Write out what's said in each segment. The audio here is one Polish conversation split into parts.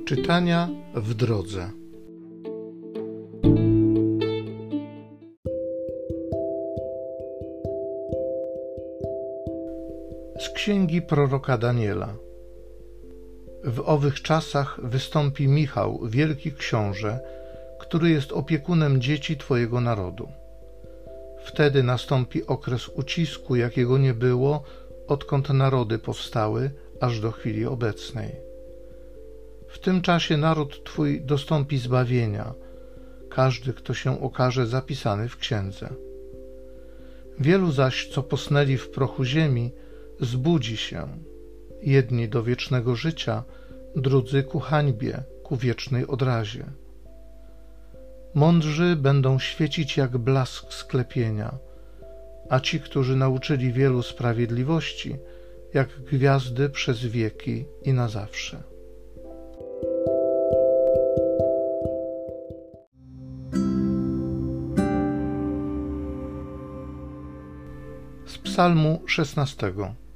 Czytania w drodze. Z księgi proroka Daniela. W owych czasach wystąpi Michał, wielki książę, który jest opiekunem dzieci Twojego narodu. Wtedy nastąpi okres ucisku, jakiego nie było, odkąd narody powstały, aż do chwili obecnej. W tym czasie naród Twój dostąpi zbawienia, każdy, kto się okaże zapisany w księdze. Wielu zaś, co posnęli w prochu ziemi, zbudzi się, jedni do wiecznego życia, drudzy ku hańbie, ku wiecznej odrazie. Mądrzy będą świecić jak blask sklepienia, a ci, którzy nauczyli wielu sprawiedliwości, jak gwiazdy przez wieki i na zawsze. Z Psalmu 16.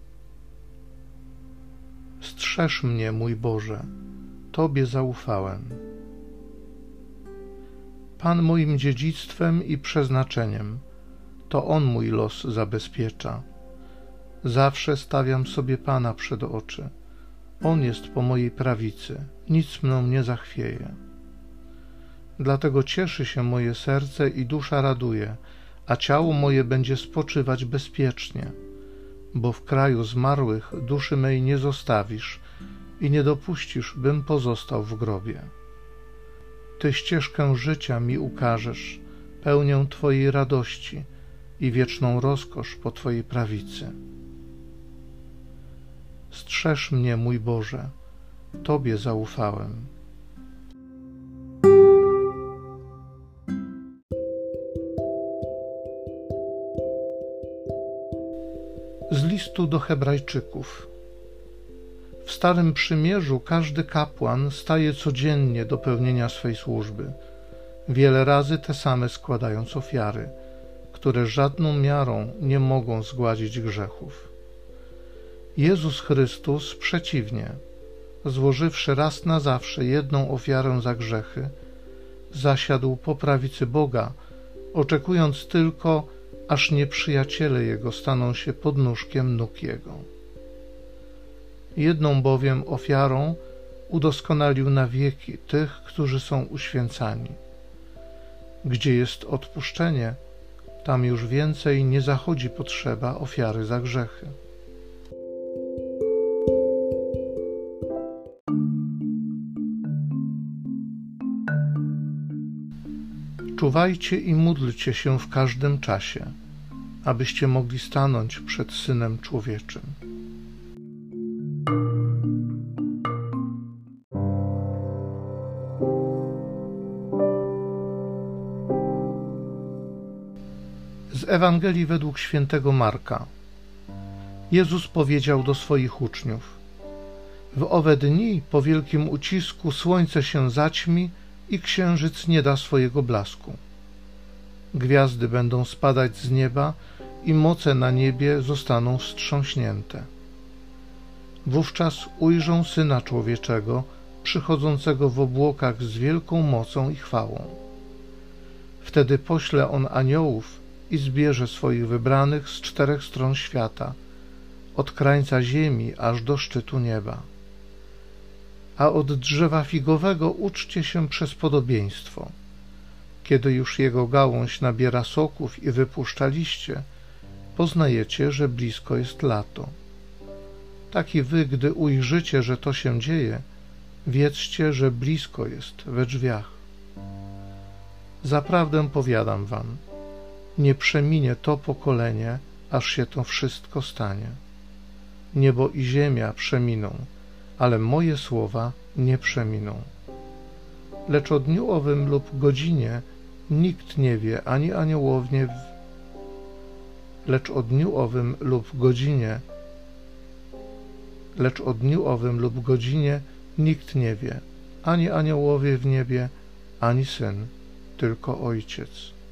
Strzeż mnie, mój Boże, Tobie zaufałem. Pan moim dziedzictwem i przeznaczeniem, to On mój los zabezpiecza. Zawsze stawiam sobie Pana przed oczy. On jest po mojej prawicy, nic mną nie zachwieje. Dlatego cieszy się moje serce i dusza raduje, a ciało moje będzie spoczywać bezpiecznie, bo w kraju zmarłych duszy mej nie zostawisz i nie dopuścisz, bym pozostał w grobie. Ty ścieżkę życia mi ukażesz, pełnię Twojej radości i wieczną rozkosz po Twojej prawicy. Strzeż mnie, mój Boże, Tobie zaufałem. Z listu do Hebrajczyków. W Starym Przymierzu każdy kapłan staje codziennie do pełnienia swej służby, wiele razy te same składając ofiary, które żadną miarą nie mogą zgładzić grzechów. Jezus Chrystus przeciwnie, złożywszy raz na zawsze jedną ofiarę za grzechy, zasiadł po prawicy Boga, oczekując tylko, aż nieprzyjaciele Jego staną się podnóżkiem nóg Jego. Jedną bowiem ofiarą udoskonalił na wieki tych, którzy są uświęcani. Gdzie jest odpuszczenie, tam już więcej nie zachodzi potrzeba ofiary za grzechy. Czuwajcie i módlcie się w każdym czasie, abyście mogli stanąć przed Synem Człowieczym. Z Ewangelii według świętego Marka. Jezus powiedział do swoich uczniów: w owe dni po wielkim ucisku słońce się zaćmi i księżyc nie da swojego blasku. Gwiazdy będą spadać z nieba i moce na niebie zostaną wstrząśnięte. Wówczas ujrzą Syna Człowieczego, przychodzącego w obłokach z wielką mocą i chwałą. Wtedy pośle On aniołów i zbierze swoich wybranych z 4 stron świata, od krańca ziemi aż do szczytu nieba. A od drzewa figowego uczcie się przez podobieństwo. Kiedy już jego gałąź nabiera soków i wypuszcza liście, poznajecie, że blisko jest lato. Tak i wy, gdy ujrzycie, że to się dzieje, wiedzcie, że blisko jest we drzwiach. Zaprawdę powiadam wam, nie przeminie to pokolenie, aż się to wszystko stanie. Niebo i ziemia przeminą, ale moje słowa nie przeminą. Lecz o dniu owym lub godzinie nikt nie wie, ani aniołowie, lecz o dniu owym lub godzinie nikt nie wie, ani aniołowie w niebie, ani Syn, tylko Ojciec.